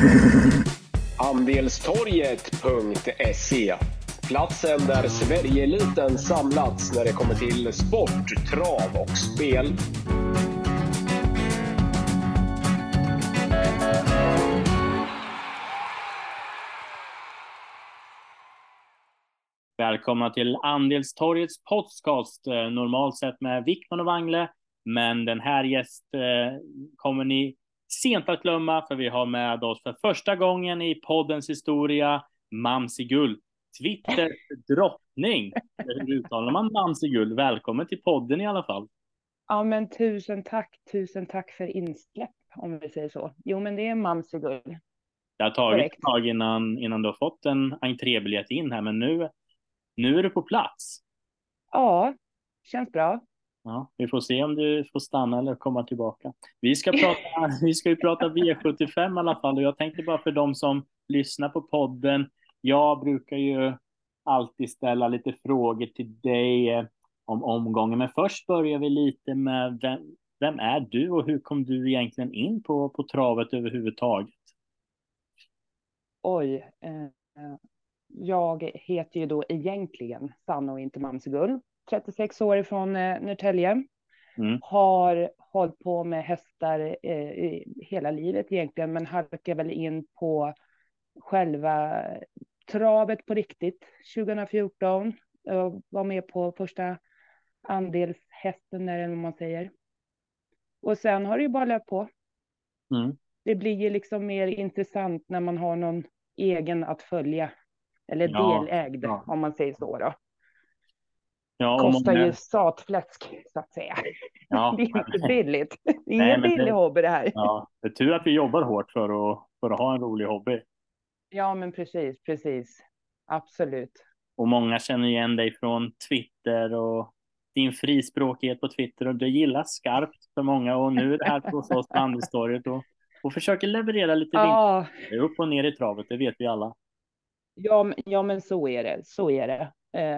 Andelstorget.se. Platsen där Sverigeeliten samlats när det kommer till sport, trav och spel. Välkomna till Andelstorgets podcast, normalt sett med Wickman och Wangle. Men den här gäst kommer ni sent att glömma, för vi har med oss för första gången i poddens historia Mamsigull, Twitter drottning. Hur uttalar man Mamsigull? Välkommen till podden i alla fall. Ja, men tusen tack för insläpp, om vi säger så. Jo, men det är Mamsigull. Det har tagit Korrekt. ett tag innan du har fått en entrébiljett in här, men nu är du på plats. Ja, känns bra. Ja, vi får se om du får stanna eller komma tillbaka. Vi ska ju prata V75 i alla fall. Och jag tänkte bara för de som lyssnar på podden. Jag brukar ju alltid ställa lite frågor till dig om omgången. Men först börjar vi lite med vem är du och hur kom du egentligen in på travet överhuvudtaget? Oj, jag heter ju då egentligen Sanna och inte Mamsigull. 36 år ifrån Norrtälje. Har hållit på med hästar hela livet egentligen, men halkade väl in på själva travet på riktigt 2014. Jag var med på första andelshästen, eller man säger. Och sen har det ju bara löpt på. Det blir ju liksom mer intressant när man har någon egen att följa. Eller delägd, om man säger så då. Ja, kostar ju satfläsk, så att säga. Ja, det är inte billigt. Det är ingen billig hobby det här. Ja, det är tur att vi jobbar hårt för att ha en rolig hobby. Ja, men precis. Absolut. Och många känner igen dig från Twitter och din frispråkighet på Twitter. Och det gillas skarpt för många. Och nu är det här på oss på Andelstorget och försöker leverera lite vinst. Det är upp och ner i travet, det vet vi alla. Ja, men så är det.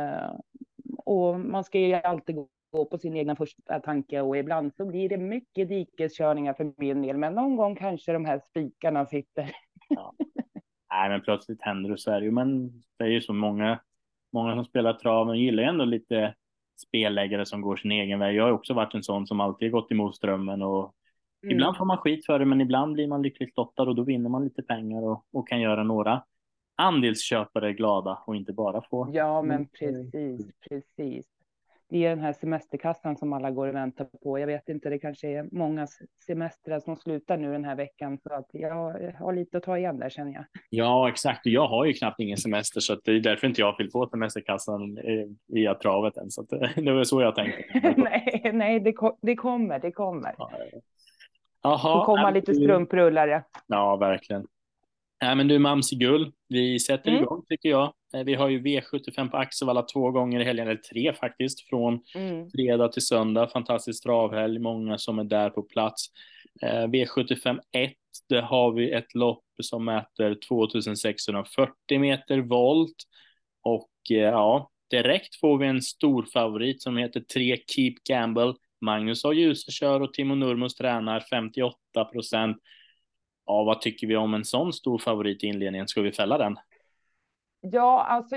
Och man ska ju alltid gå på sin egna första tanke, och ibland så blir det mycket dikeskörningar för min del, men någon gång kanske de här spikarna sitter. Ja. Nej, men plötsligt händer det så här. Men det är ju så många som spelar trav och gillar ändå lite spelläggare som går sin egen väg. Jag har också varit en sån som alltid gått emot strömmen och ibland får man skit för det, men ibland blir man lyckligt lottad och då vinner man lite pengar och kan göra några andelsköpare glada och inte bara få. Ja, men precis. Det är den här semesterkassan som alla går och väntar på. Jag vet inte, det kanske är många semestrar som slutar nu den här veckan, så att jag har lite att ta igen där, känner jag. Ja, exakt. Och jag har ju knappt ingen semester, så att det är därför inte jag vill få semesterkassan via travet än. Så att det var så jag tänkte. nej, det kommer. Jaha, det kommer lite strumprullare. Ja, verkligen. Nej, men du Mamsigull, vi sätter igång tycker jag. Vi har ju V75 på Axevalla 2 gånger i helgen, eller 3 faktiskt, från fredag till söndag. Fantastisk travhelg, många som är där på plats. V75 1, där har vi ett lopp som mäter 2640 meter volt. Och direkt får vi en stor favorit som heter 3 Keep Gamble. Magnus A. Djuse kör och Timo Nurmos tränar, 58%. Ja, vad tycker vi om en sån stor favorit i inledningen? Ska vi fälla den? Ja, alltså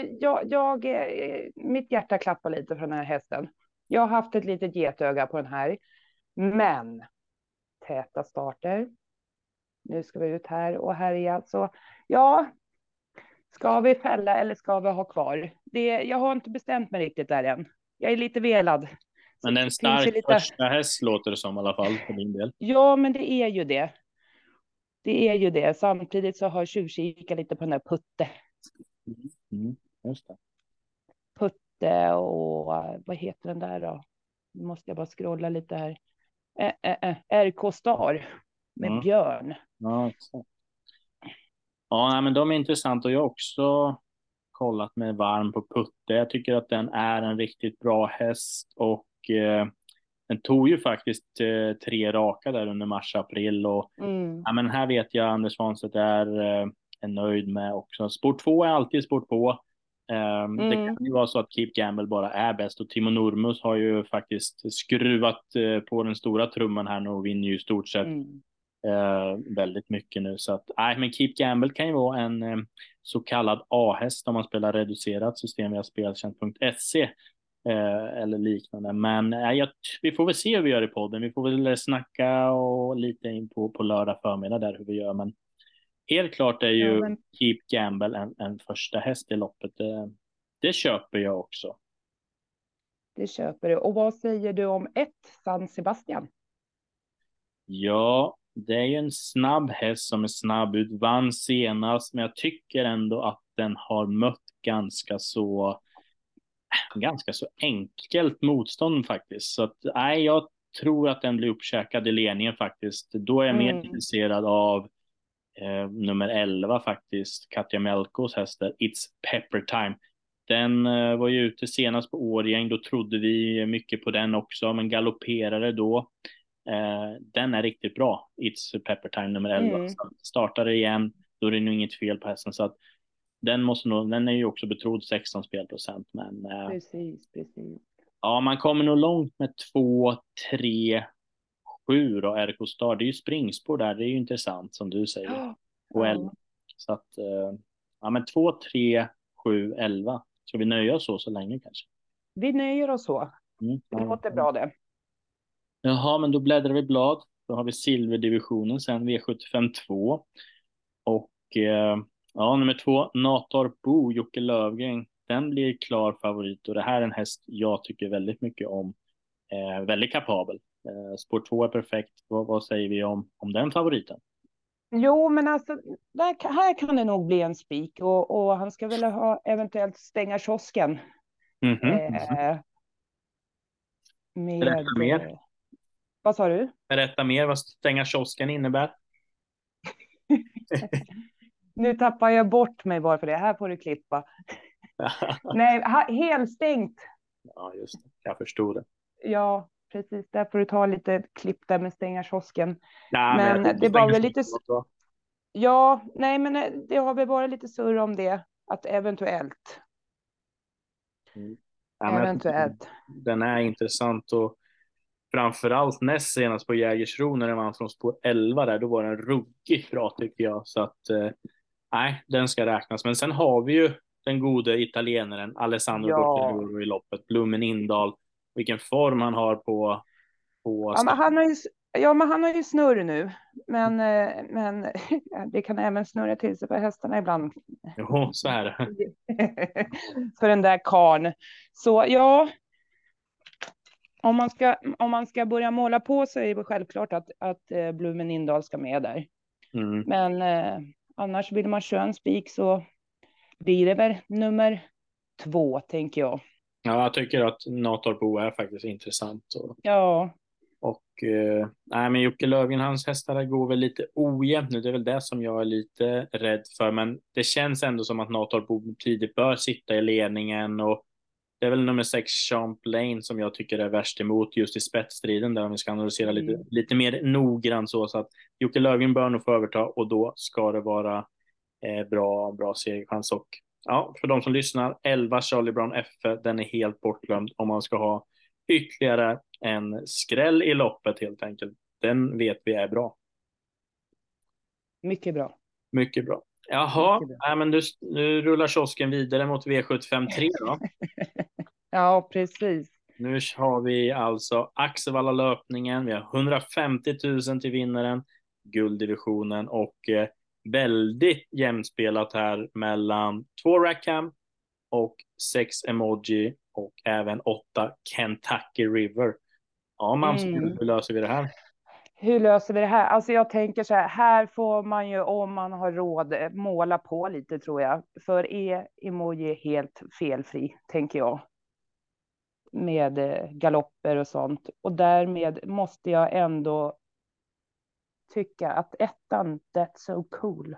mitt hjärta klappar lite för den här hästen. Jag har haft ett litet getöga på den här. Men täta starter. Nu ska vi ut här och här är alltså. Ja, ska vi fälla eller ska vi ha kvar? Jag har inte bestämt mig riktigt där än. Jag är lite velad. Men det är en stark första häst låter det som i alla fall för min del. Ja, men det är ju det. Det är ju det. Samtidigt så har tjuvkikat lite på den här Putte. Just det. Putte och vad heter den där då? Nu måste jag bara scrolla lite här. RK Star med Björn. Ja, exakt. Ja, men de är intressanta och jag har också kollat mig varm på Putte. Jag tycker att den är en riktigt bra häst och den tog ju faktiskt 3 raka där under mars-april och men här vet jag Anders Svanstedt är nöjd med också. Sport 2 är alltid sport 2. Det kan ju vara så att Keep Gamble bara är bäst och Timo Nurmos har ju faktiskt skruvat på den stora trumman här nu och vinner ju i stort sett väldigt mycket nu. Så att, men Keep Gamble kan ju vara en så kallad A-häst om man spelar reducerat system via speltjänst.se eller liknande. Men vi får väl se hur vi gör i podden. Vi får väl snacka och lite in på lördag förmiddag där hur vi gör. Men helt klart är ju Keep Gamble en första häst i loppet. Det köper jag också. Det köper du. Och vad säger du om San Sebastian? Ja, det är ju en snabb häst som är snabb ut. Vann senast, men jag tycker ändå att den har mött ganska så enkelt motstånd faktiskt. Så att, jag tror att den blir uppkäkad i ledningen faktiskt. Då är jag mer intresserad av nummer 11 faktiskt, Katja Melkos hästar, It's Pepper Time. Den var ju ute senast på Årgäng, då trodde vi mycket på den också, men galopperade då. Den är riktigt bra, It's Pepper Time nummer 11. Så startar det igen, då är det nog inget fel på hästen. Så att den är ju också betrodd 16 spelprocent. Men precis. ja, man kommer nog långt med 2, 3, 7 och RK Star. Det är ju springspår där, det är ju intressant som du säger. Och 11. Så att, men 2, 3, 7, 11. Ska vi nöja oss så länge kanske? Vi nöjer oss så. Det låter bra det. Jaha, men då bläddrar vi blad. Då har vi silverdivisionen sen, V75 2. Och nummer 2, Nator Bo, Jocke Lövgren. Den blir klar favorit och det här är en häst jag tycker väldigt mycket om. Väldigt kapabel. Spår 2 är perfekt. Vad säger vi om den favoriten? Jo, men alltså här kan det nog bli en spik och han ska väl eventuellt stänga kiosken. Berätta mer. Vad sa du? Berätta mer vad stänga kiosken innebär. Nu tappar jag bort mig bara för det. Här får du klippa. Nej, helt stängt. Ja, just det. Jag förstod det. Ja, precis. Där får du ta lite klipp där med stänga kiosken. Nej, men det var väl lite... Ja, nej, men det har väl varit lite surr om det. Att eventuellt. Eventuellt. Den är intressant och framförallt näst senast på Jägersro när den vann från spår 11 där, då var den ruggigt bra tycker jag. Så att, den ska räknas. Men sen har vi ju den gode italienaren Alessandro Bortolero i loppet. Blommen Indal. Vilken form han har på men han har ju snurr nu. Men det kan även snurra till sig på hästarna ibland. Jo, så är det. För den där karn. Så ja, om man ska börja måla på så är det självklart att Blommen Indal ska med där. Men annars vill man köra en spik så blir det väl nummer 2 tänker jag. Ja, jag tycker att Natorbo är faktiskt intressant. Ja. Och men Jocke Lövgren, hans hästar går väl lite ojämnt nu. Det är väl det som jag är lite rädd för. Men det känns ändå som att Natorbo tidigt bör sitta i ledningen. Och det är väl nummer 6 Champlain som jag tycker är värst emot just i spetsstriden. Där om vi ska analysera lite mer noggrant så att Jocke Lövgren bör nog få överta. Och då ska det vara bra segerchans. Och ja, för de som lyssnar, 11 Charlie Brown F, den är helt bortglömd om man ska ha ytterligare en skräll i loppet helt enkelt. Den vet vi är bra. Mycket bra. Mycket bra. Jaha, men nu rullar kiosken vidare mot V75 3 då. Ja, precis. Nu har vi alltså Axevalla löpningen. Vi har 150 000 till vinnaren, gulddivisionen och väldigt jämspelat här mellan 2 Rackham och 6 Emoji och även 8 Kentucky River. Ja, hur löser vi det här? Hur löser vi det här? Alltså jag tänker så här får man ju om man har råd måla på lite tror jag. För Emoji helt felfri tänker jag. Med galopper och sånt. Och därmed måste jag ändå tycka att 1:an That's So Cool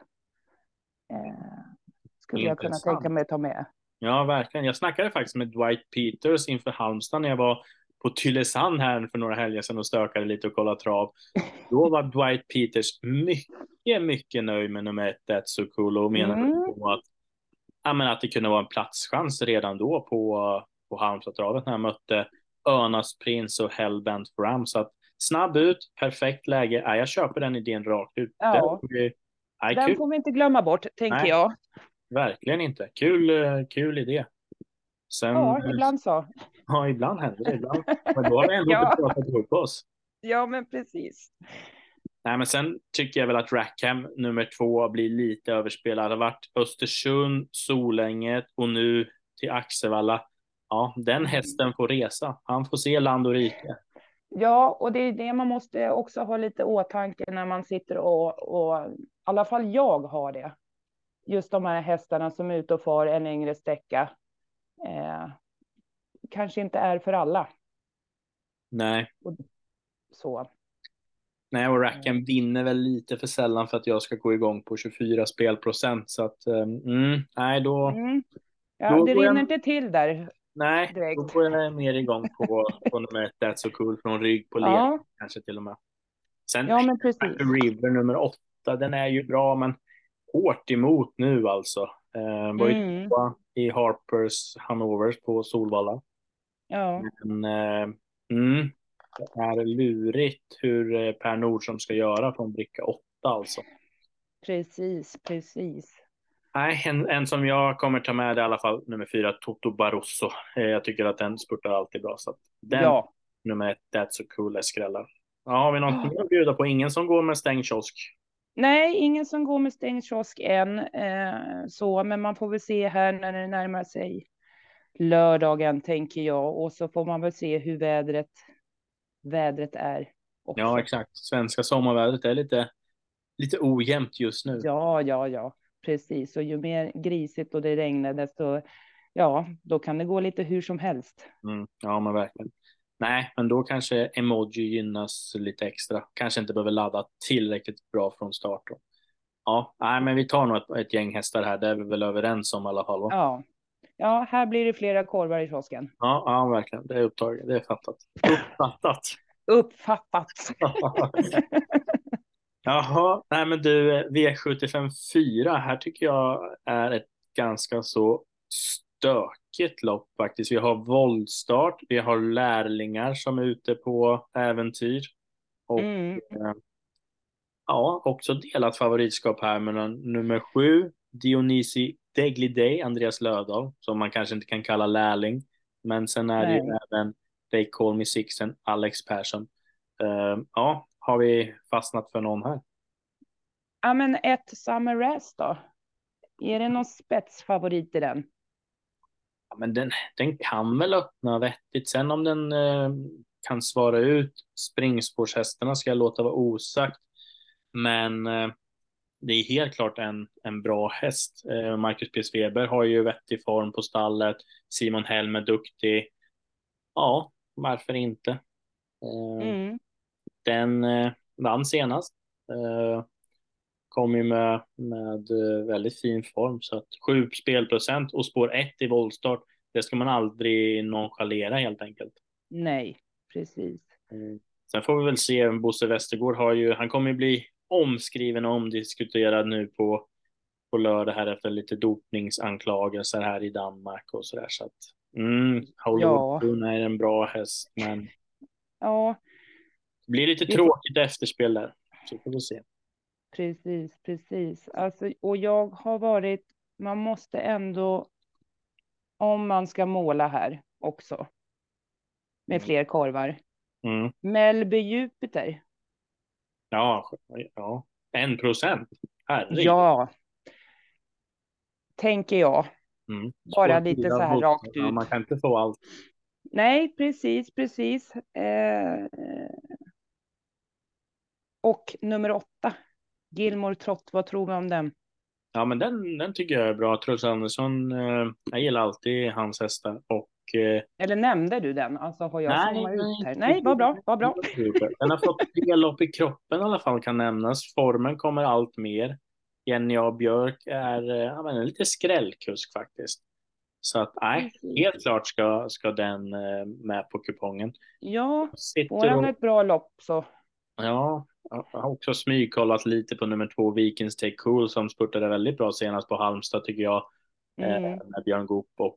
skulle jag kunna tänka mig att ta med. Ja, verkligen. Jag snackade faktiskt med Dwight Peters inför Halmstad när jag var på Tylösand här för några helger sedan och stökade lite och kollade trav. Då var Dwight Peters mycket nöjd med nummer 1 That's So Cool och menade att det kunde vara en platschans redan då på Halmstad-travet när han mötte Örnas Prins och Hellbent Fram. Så att snabb ut, perfekt läge. Jag köper den idén rakt ut. Ja, den Kul. får vi inte glömma bort, tänker Nej, jag. verkligen inte. Kul idé. Sen, Ja, ibland så. ja, ibland händer det. Ibland. Men då har vi ändå inte Ja, pratat ihop oss. ja, men precis. Nej, men sen tycker jag väl att Rackham nummer 2 blir lite överspelad. Det har varit Östersund, Solänget och nu till Axevalla. Ja, den hästen får resa. Han får se land och rike. Ja, och det är det man måste också ha lite åtanke när man sitter och i alla fall jag har det. Just de här hästarna som är ute och far en längre sträcka. Kanske inte är för alla. Nej. Så. Nej, och Rackham vinner väl lite för sällan för att jag ska gå igång på 24 spelprocent. Så att, nej, då... Mm. Ja, då det går rinner jag, inte till där nej, då direkt. går jag mer igång på nummer 1, That's So Cool, från rygg på led, Ja, kanske till och med. Sen ja, men Happy precis. River nummer 8, den är ju bra, men hårt emot nu alltså. Var ju Mm. i Harpers Hanovers på Solvalla. Ja, Men det är lurigt hur Per Nordström ska göra från bricka 8 alltså. precis. Nej, en som jag kommer ta med är i alla fall nummer 4, Toto Barroso. Jag tycker att den spurtar alltid bra. Så att den Ja. nummer 1, That's So Cool, är skrällar. Ja, har vi något mer att bjuda på? Ingen som går med stängd kiosk? Nej, ingen som går med stängd kiosk än. Så, men man får väl se här när det närmar sig lördagen, tänker jag. Och så får man väl se hur vädret är också. Ja, exakt. Svenska sommarvädret är lite ojämnt just nu. Ja, precis. Och ju mer grisigt och det regnar, desto, ja, då kan det gå lite hur som helst. Ja, men verkligen. Nej, men då kanske emoji gynnas lite extra. Kanske inte behöver ladda tillräckligt bra från start då. Ja, nej, men vi tar nog ett gäng hästar här. Det är vi väl överens om i alla fall, va? Ja, här blir det flera korvar i kiosken. Ja, verkligen. Det är upptaget. Det är fattat. Uppfattat. Jaha, nej men du, V75 4, här tycker jag är ett ganska så stökigt lopp faktiskt. Vi har voltstart, vi har lärlingar som är ute på äventyr och ja, också delat favoritskap här mellan nummer 7, Dionisi Degliday, Andreas Löfdahl, som man kanske inte kan kalla lärling, men sen är det ju även They Call Me Sixen, Alex Persson. Ja, har vi fastnat för någon här? Ja, men ett Summer Race då? Är det någon spetsfavorit i den? Ja, men den kan väl öppna vettigt. Sen om den kan svara ut springspårshästarna ska jag låta vara osagt. Men det är helt klart en bra häst. Marcus P. Sveber har ju vettig form på stallet. Simon Helm är duktig. Ja, varför inte? Den vann senast. Kom ju med väldigt fin form. Så att 7 spelprocent och spår 1 i voltstart, det ska man aldrig nonchalera helt enkelt. Nej, precis. Sen får vi väl se. Bosse Westergård han kommer ju bli omskriven och omdiskuterad nu på lördag här efter lite dopningsanklagelser här i Danmark och sådär. Så att Hollywood är en bra häst, men det blir lite tråkigt efterspel där. Så får vi se. Precis. Alltså, och jag har varit, man måste ändå, om man ska måla här också, med fler korvar. Melby Jupiter. Ja, 1%. Herregud. Ja, tänker jag. Bara lite så här rakt ut. Ja, man kan inte få allt. Nej, precis. Och nummer 8, Gilmore Trott, vad tror vi om den? Ja, men den tycker jag är bra. Truls Andersson, jag gillar alltid hans hästar. Eller nämnde du den? Alltså har jag zoomat ut här? Nej, vad bra. Den har fått spellopp i kroppen i alla fall, kan nämnas. Formen kommer allt mer. Jenny A. Björk är lite skrällkusk faktiskt. Så att helt klart ska den med på kupongen. Ja, får han ett bra lopp så. Ja, jag har också smygkollat lite på nummer 2, Vikings Take Cool, som spurtade väldigt bra senast på Halmstad tycker jag. Med Björn Goop och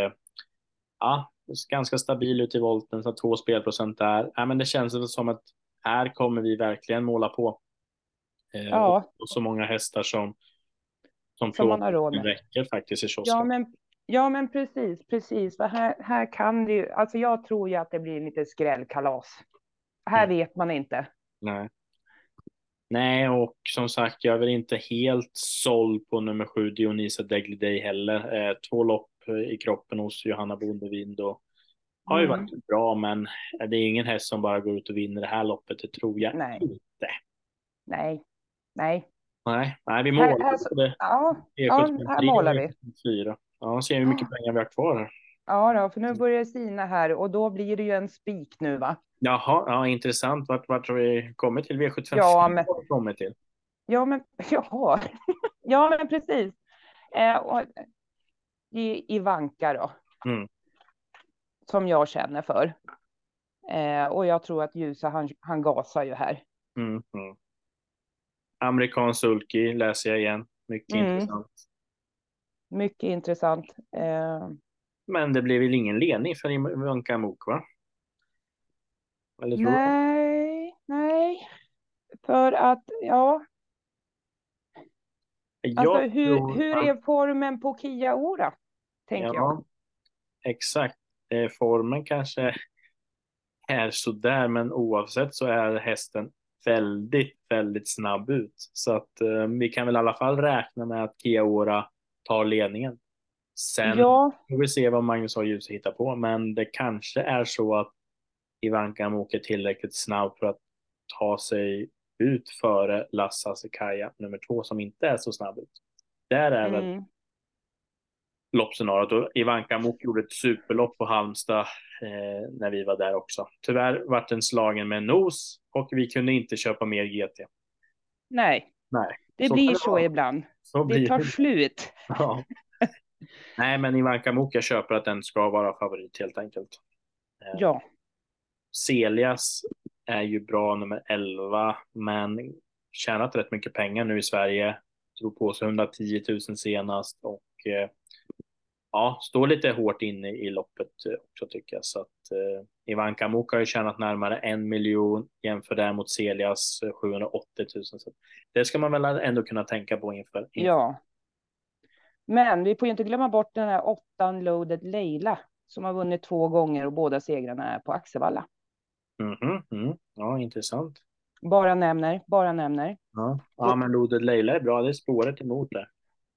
ganska stabil ut i volten, så 2 spelprocent där. Men det känns som att här kommer vi verkligen måla på. Och så många hästar som man har råd med. räcker faktiskt i kiosken. Ja, men precis. För här kan det ju, alltså jag tror ju att det blir lite skrällkalas. Här vet man inte. Nej, och som sagt, jag är väl inte helt såld på nummer 7 Dionisa Degliday heller. 2 lopp i kroppen hos Johanna Bondevind och har ju varit bra, men det är ingen häst som bara går ut och vinner det här loppet, det tror jag inte. Nej, vi målar på det. Här målar vi. 4. Ja, ser hur mycket pengar vi har kvar här. Ja, för nu börjar det sina här och då blir det ju en spik nu, va? Jaha, ja, intressant. Vart har vi kommit till? V75 ja, men, har vi kommit till. Ja, men precis. Och Ivanka då. Som jag känner för. Och jag tror att Ljusa, han gasar ju här. Amerikansk sulky läser jag igen. Mycket intressant. Mycket intressant. Men det blev väl ingen ledning för Ivanka Mok, va? Eller tror nej. För att, Alltså, hur är formen på Kia Ora? Tänker jag. Exakt. Formen kanske är sådär, men oavsett så är hästen väldigt, väldigt snabb ut. Så att vi kan väl i alla fall räkna med att Kia Ora tar ledningen. Sen får vi se vad Magnus A. Djuse hittar på, men det kanske är så att Ivanka Mok är tillräckligt snabb för att ta sig ut före Lassa Sekaya nummer 2 som inte är så snabb ut. Där är väl loppscenariot, och Ivanka Mok gjorde ett superlopp på Halmstad när vi var där också. Tyvärr vart den slagen med nos och vi kunde inte köpa mer GT. Nej. Det blir så ibland. Det tar slut. Ja. Nej, men Ivanka Mok, jag köper att den ska vara favorit helt enkelt. Ja. Celias är ju bra nummer 11, men tjänat rätt mycket pengar nu i Sverige. Drog på sig 110 000 senast och står lite hårt inne i loppet också tycker jag. Så att Ivanka Mok har ju tjänat närmare 1 miljon, jämför det mot Celias 780 000. Så det ska man väl ändå kunna tänka på inför. Ja. Men vi får ju inte glömma bort den här 8 Loaded Leila som har vunnit 2 gånger och båda segrarna är på Axevalla. Ja, intressant. Bara nämner. Ja, men Loaded Leila är bra, det är spåret emot det.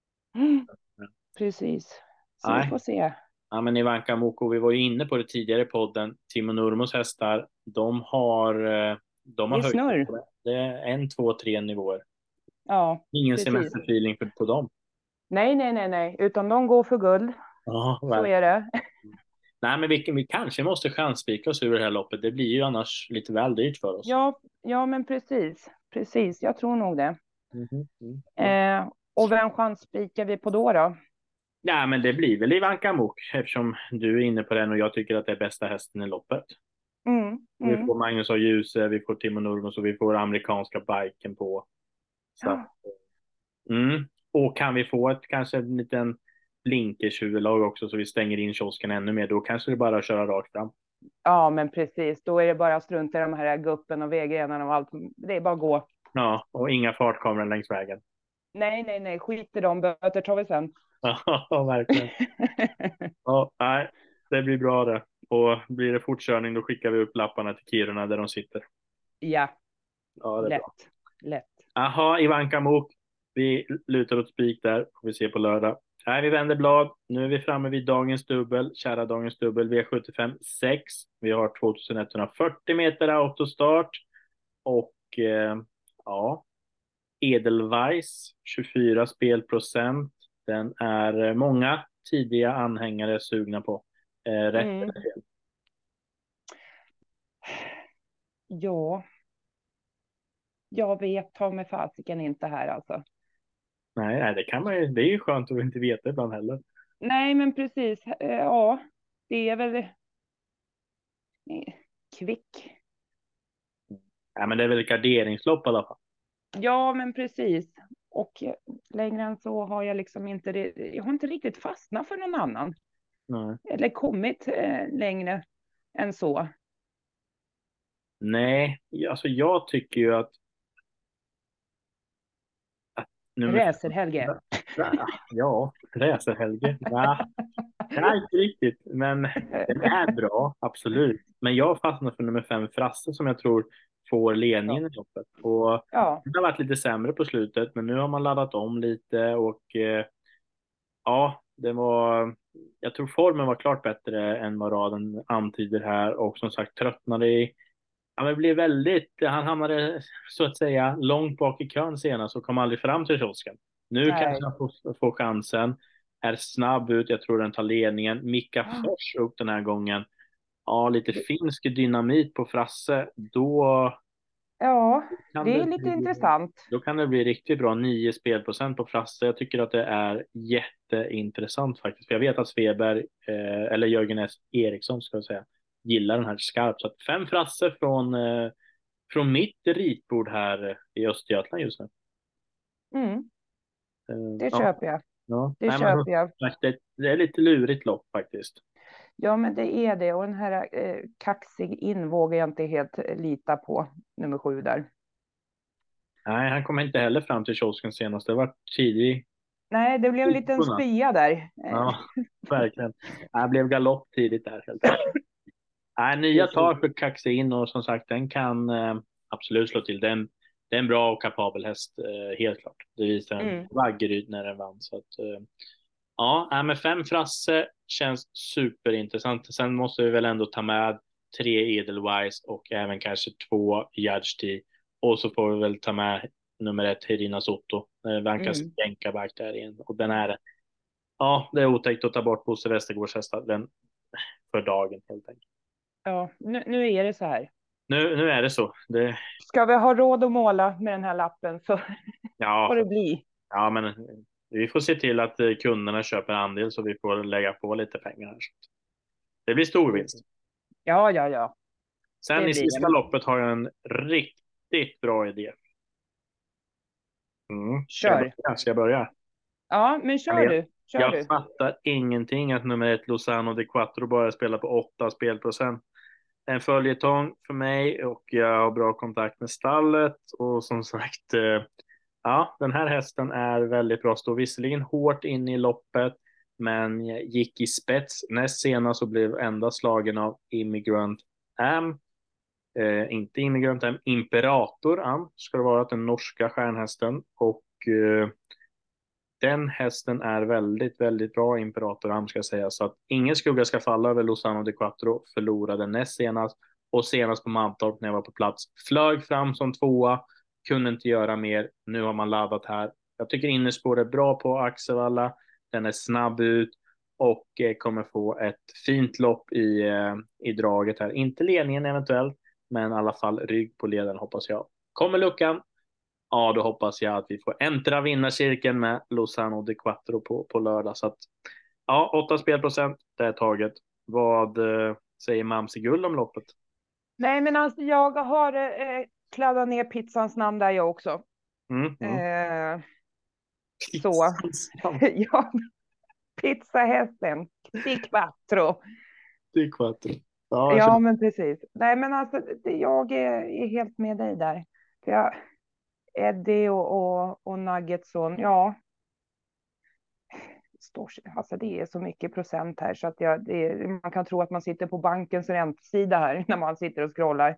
Precis. Så vi får se. Ja, men Ivanka Mok, vi var ju inne på det tidigare i podden. Timo Nurmos hästar, de har höjt på det. Det är 1, 2, 3 nivåer. Ja, ingen semesterfeeling på dem. Nej, utan de går för guld. Ja, så är det. Nej, men vi kanske måste chanspika oss ur det här loppet. Det blir ju annars lite väl dyrt för oss. Ja, men precis. Jag tror nog det. Och vem chanspikar vi på då? Ja, men det blir väl Ivanka Mok eftersom du är inne på den och jag tycker att det är bästa hästen i loppet. Vi får Magnus A. Djuse, vi får Timo Nurmos och vi får amerikanska biken på. Så. Och kan vi få kanske en liten blinkers-huvudlag också så vi stänger in kiosken ännu mer, då kanske det bara att köra rakt fram. Ja, men precis. Då är det bara att strunta i de här guppen och vägrenarna och allt. Det är bara att gå. Ja, och inga fartkameror längs vägen. Nej. Skit i dem. Böter tar vi sen. Ja, verkligen. Nej, det blir bra det. Och blir det fortkörning då skickar vi upp lapparna till Kiruna där de sitter. Ja, det är lätt. Jaha, Ivanka Mok. Vi lutar åt spik där. Får vi se på lördag. Vi vänder blad. Nu är vi framme vid dagens dubbel. Kära dagens dubbel V75 6. Vi har 2140 meter autostart. Och Edelweiss 24 spelprocent. Den är många tidiga anhängare sugna på. Rätt eller fel? Ja. Jag vet ta med fasiken inte här alltså. Nej, det kan man ju. Det är ju skönt att inte veta ibland heller. Nej, men precis. Ja, det är väl kvick. Ja, men det är väl ett garderingslopp i alla fall. Ja, men precis. Och längre än så har jag liksom inte det. Jag har inte riktigt fastnat för någon annan. Nej. Eller kommit längre än så. Nej, alltså jag tycker ju att nummer Racer-Helge. ja, Racer-Helge. Nej, inte riktigt. Men den är bra, absolut. Men jag fastnar för nummer 5, Frasse, som jag tror får ledningen i loppet. Och Ja. det har varit lite sämre på slutet, men nu har man laddat om lite och ja, jag tror formen var klart bättre än vad raden antyder här och som sagt tröttnade ja, men det blev han hamnade så att säga långt bak i kön senast och kom aldrig fram till kiosken. Nu Nej. kanske han får chansen, är snabb ut, jag tror den tar ledningen. Mika Fors upp den här gången. Ja, lite finsk dynamit på Frasse, Ja, det är lite bli, intressant. då kan det bli riktigt bra, 9 spelprocent på Frasse. Jag tycker att det är jätteintressant faktiskt. För jag vet att Sveberg, eller Jörgen S. Eriksson ska jag säga, gillar den här skarpt. Så att 5 Frasse från mitt ritbord här i Östergötland just nu. Det köper jag. Ja. Det köper jag. Det är lite lurigt lopp faktiskt. Ja, men det är det. Och den här kaxig in vågar jag inte helt lita på, nummer 7 där. Nej, han kom inte heller fram till kiosken senast. Det var tidig. Nej, det blev en liten spya där. Ja, verkligen. Det blev galopp tidigt där helt enkelt. Nya tar för kaxig in och som sagt, den kan absolut slå till. Det är en bra och kapabel häst, helt klart. Det visar en Vaggeryd när den vann. Så att, ja, med 5 Frasse känns superintressant. Sen måste vi väl ändå ta med 3 Edelweiss och även kanske 2 Judge T. Och så får vi väl ta med nummer 1 Herina Soto. Vankas jänkarback där igen. Och den är, ja, det är otäckt att ta bort Bosse Westergårds hästar den för dagen helt enkelt. Ja, nu är det så här. Nu är det så. Ska vi ha råd att måla med den här lappen så får det bli. Ja, men vi får se till att kunderna köper andel så vi får lägga på lite pengar här. Det blir stor vinst. Ja. Sen i sista loppet har jag en riktigt bra idé. Kör. Ska jag börja? Ja, men kör du. Jag fattar ingenting att nummer 1 Lozano de Quattro bara spelar på 8 spelprocent. En följetong för mig och jag har bra kontakt med stallet och som sagt, ja, den här hästen är väldigt bra. Står visserligen hårt in i loppet, men gick i spets näst senast och blev enda slagen av Immigrant Am. Inte Immigrant Am, Imperator Am ska det vara, den norska stjärnhästen. Och den hästen är väldigt, väldigt bra, Imperator Am ska jag säga. Så att ingen skugga ska falla över Lozano de Quattro. Förlorade näst senast och senast på Mantorp när jag var på plats. Flög fram som 2:a, kunde inte göra mer. Nu har man laddat här. Jag tycker innerspår är bra på Axevalla. Den är snabb ut och kommer få ett fint lopp i draget här. Inte ledningen eventuellt, men i alla fall rygg på ledaren hoppas jag. Kommer luckan? Ja, då hoppas jag att vi får äntra vinnarcirkeln med Lozano de Quattro på lördag. Så att, ja, 8 spelprocent, det är taget. Vad säger Mamsi Gull om loppet? Nej, men alltså jag har kladdat ner pizzans namn där jag också. Så, ja, pizzahästen, Di Quattro. Di Quattro. Ja, men precis. Nej, men alltså jag är helt med dig där. För Eddie och Nuggetson, ja. Alltså det är så mycket procent här så att man kan tro att man sitter på bankens räntsida här när man sitter och scrollar.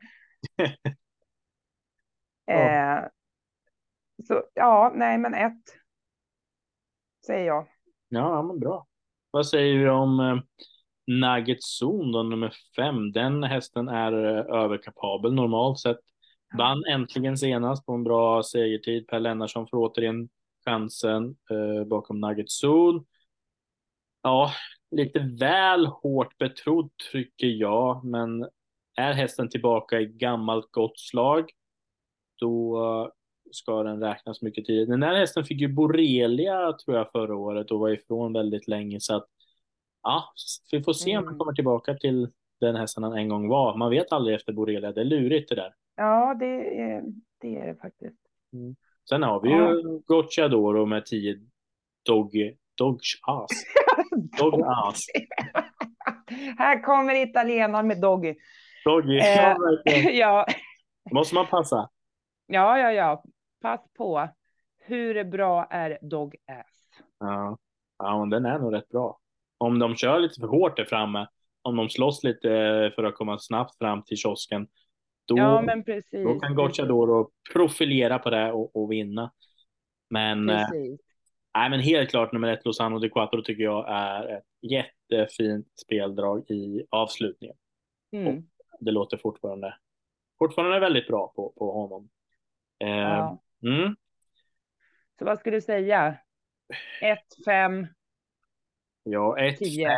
Så ja, nej men 1 säger jag. Ja, men bra. Vad säger vi om Nuggetson då, nummer 5? Den hästen är överkapabel normalt sett. Vann äntligen senast på en bra segertid. Per Lennarsson får återigen chansen bakom Nuggetson. Ja, lite väl hårt betrodd tycker jag, men är hästen tillbaka i gammalt gott slag, då ska den räknas mycket tid. Den här hästen fick ju borrelia tror jag förra året och var ifrån väldigt länge, så att ja, vi får se om han kommer tillbaka till den hästen han en gång var. Man vet aldrig efter borrelia, det är lurigt det där. Ja, det är det faktiskt. Sen har vi ju Gocciadoro med 10 Dodge Ass. Här kommer italienaren med Doggy. Doggy, ja, verkligen. Ja. Måste man passa? Ja. Pass på. Hur bra är Dog Ass? Ja. Ja, men den är nog rätt bra. Om de kör lite för hårt där framme, om de slåss lite för att komma snabbt fram till kiosken, Ja, då, men då precis. kan Gocciadoro profilera på det och vinna. Men, Precis. nej, men helt klart nummer 1 Lozano di Quattro tycker jag är ett jättefint speldrag i avslutningen. Och det låter fortfarande väldigt bra på honom. Ja. Mm. Så vad skulle du säga? 1, 5, Ja, 10.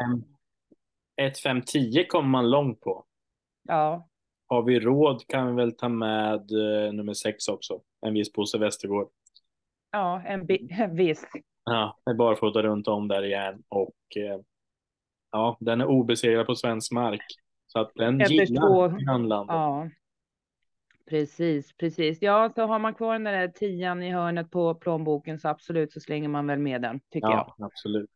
1-5-10 kommer man långt på. Ja. Har vi råd kan vi väl ta med nummer 6 också. En viss Bosse Westergård. Ja, en viss. Ja, det är bara för att ta runt om där igen. Och ja, den är obesegrad på svensk mark. Så att den Efter gillar 2. grannlandet. Ja. Precis. Ja, så har man kvar den där 10 i hörnet på plånboken så absolut så slänger man väl med den, tycker jag. Ja, absolut.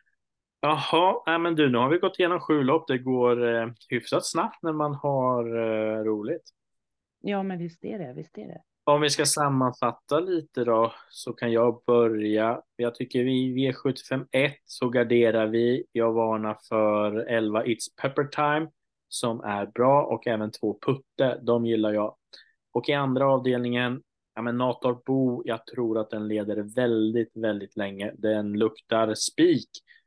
Jaha, nej men du, nu har vi gått igenom 7 lopp. Det går hyfsat snabbt när man har roligt. Ja, men visst är det. Om vi ska sammanfatta lite då så kan jag börja. Jag tycker vi V75 1 så garderar vi. Jag varnar för 11 It's Pepper Time som är bra och även 2 Putte. De gillar jag. Och i andra avdelningen, ja men Natorp Bo, jag tror att den leder väldigt, väldigt länge. Den luktar spik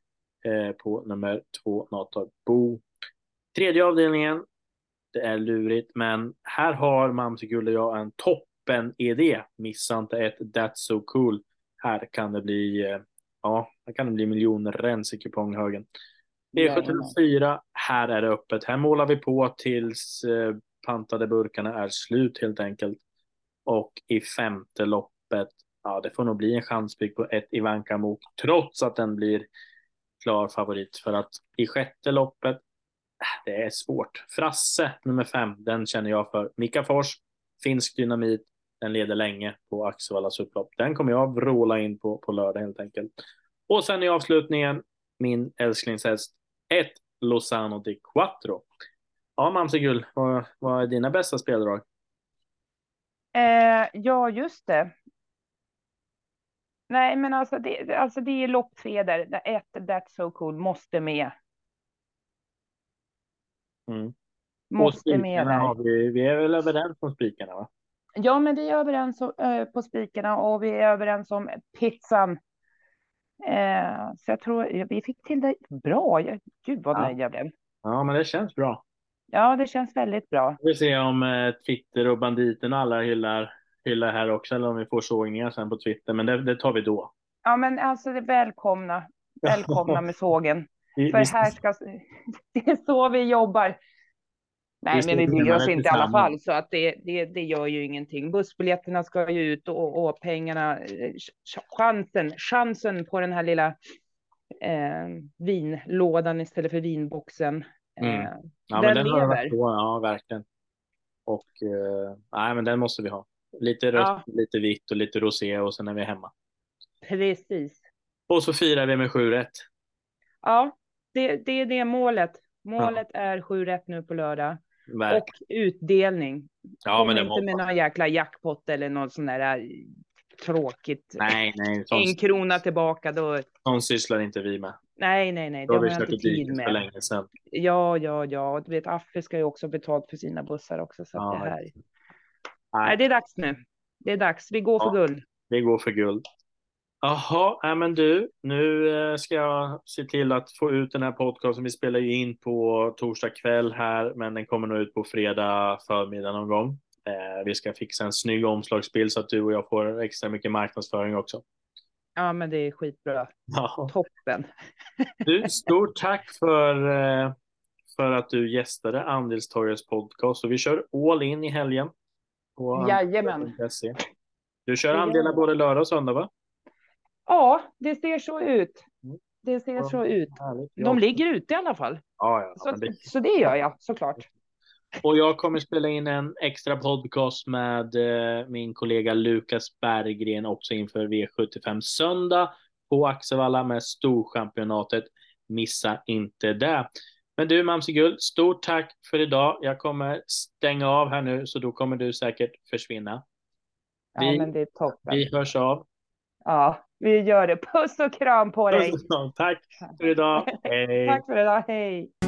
på nummer 2 Natorp Bo. Tredje avdelningen, det är lurigt, men här har Mamsigull och jag en toppen idé. Missa inte ett That's So Cool. Här kan det bli, här kan det bli miljonrens i kuponghögen. V74, här är det öppet. Här målar vi på tills pantade burkarna är slut helt enkelt. Och i femte loppet, ja det får nog bli en chanspik på ett Ivanka Mok, trots att den blir klar favorit. För att i sjätte loppet, det är svårt. Frasse, nummer 5, den känner jag för. Mika Fors, finsk dynamit, den leder länge på Axevallas upplopp. Den kommer jag vråla in på lördag helt enkelt. Och sen i avslutningen, min älsklingshäst, 1 Lozano di Quattro. Ja, Mamsigull, vad är dina bästa speldrag? Ja, just det. Nej, men alltså det är lopp 3 där. 1 That's So Cool måste med. Måste med där. Har vi är väl överens om spikarna, va? Ja, men vi är överens på spikarna och vi är överens om pizzan. Så jag tror vi fick till det bra. Gud vad nöjd jag blev. Ja, men det känns bra. Ja, det känns väldigt bra. Vi får se om Twitter och banditen och alla hyllar här också, eller om vi får sågningar sen på Twitter, men det tar vi då. Ja, men alltså det välkomna med sågen. För här ska, det är så vi jobbar. Nej, men vi bryr oss inte i alla fall, så att det gör ju ingenting. Bussbiljetterna ska ju ut och pengarna, chansen på den här lilla vinlådan istället för vinboxen. Ja, den lever. Ja, verkligen. Och nej, men den måste vi ha. Lite rött, lite vitt och lite rosé och sen är vi hemma. Precis. Och så firar vi med 7 rätt. Ja, det är det målet. Målet är 7 rätt nu på lördag. Verkligen. Och utdelning. Ja, men det inte med någon jäkla jackpot eller något sån där tråkigt. Nej. 1 krona tillbaka då. Sån sysslar inte vi med. Nej. Det har jag inte tid med. För länge sedan. Ja. Du vet, Affe ska ju också betalt för sina bussar också. Så att det här. Nej, det är dags nu. Det är dags. Vi går för guld. Vi går för guld. Jaha, men du, nu ska jag se till att få ut den här podcasten. Vi spelar ju in på torsdag kväll här, men den kommer nog ut på fredag förmiddag någon gång. Vi ska fixa en snygg omslagsbild så att du och jag får extra mycket marknadsföring också. Ja, men det är skitbra. Ja. Toppen. Du, stort tack för att du gästade Andelstorgets podcast. Och vi kör all in i helgen. Jajamän. Du kör andelar både lördag och söndag, va? Ja, det ser så ut. De ligger ute i alla fall. Ja. Så det gör jag, såklart. Och jag kommer spela in en extra podcast med min kollega Lukas Berggren också inför V75 söndag på Axevalla med Storchampionatet. Missa inte det. Men du Mamsigull, stort tack för idag. Jag kommer stänga av här nu, så då kommer du säkert försvinna. Ja, men det är toppen. Vi hörs av. Ja, vi gör det. Puss och kram på dig. Tack för idag. Hej. Tack för idag. Hej.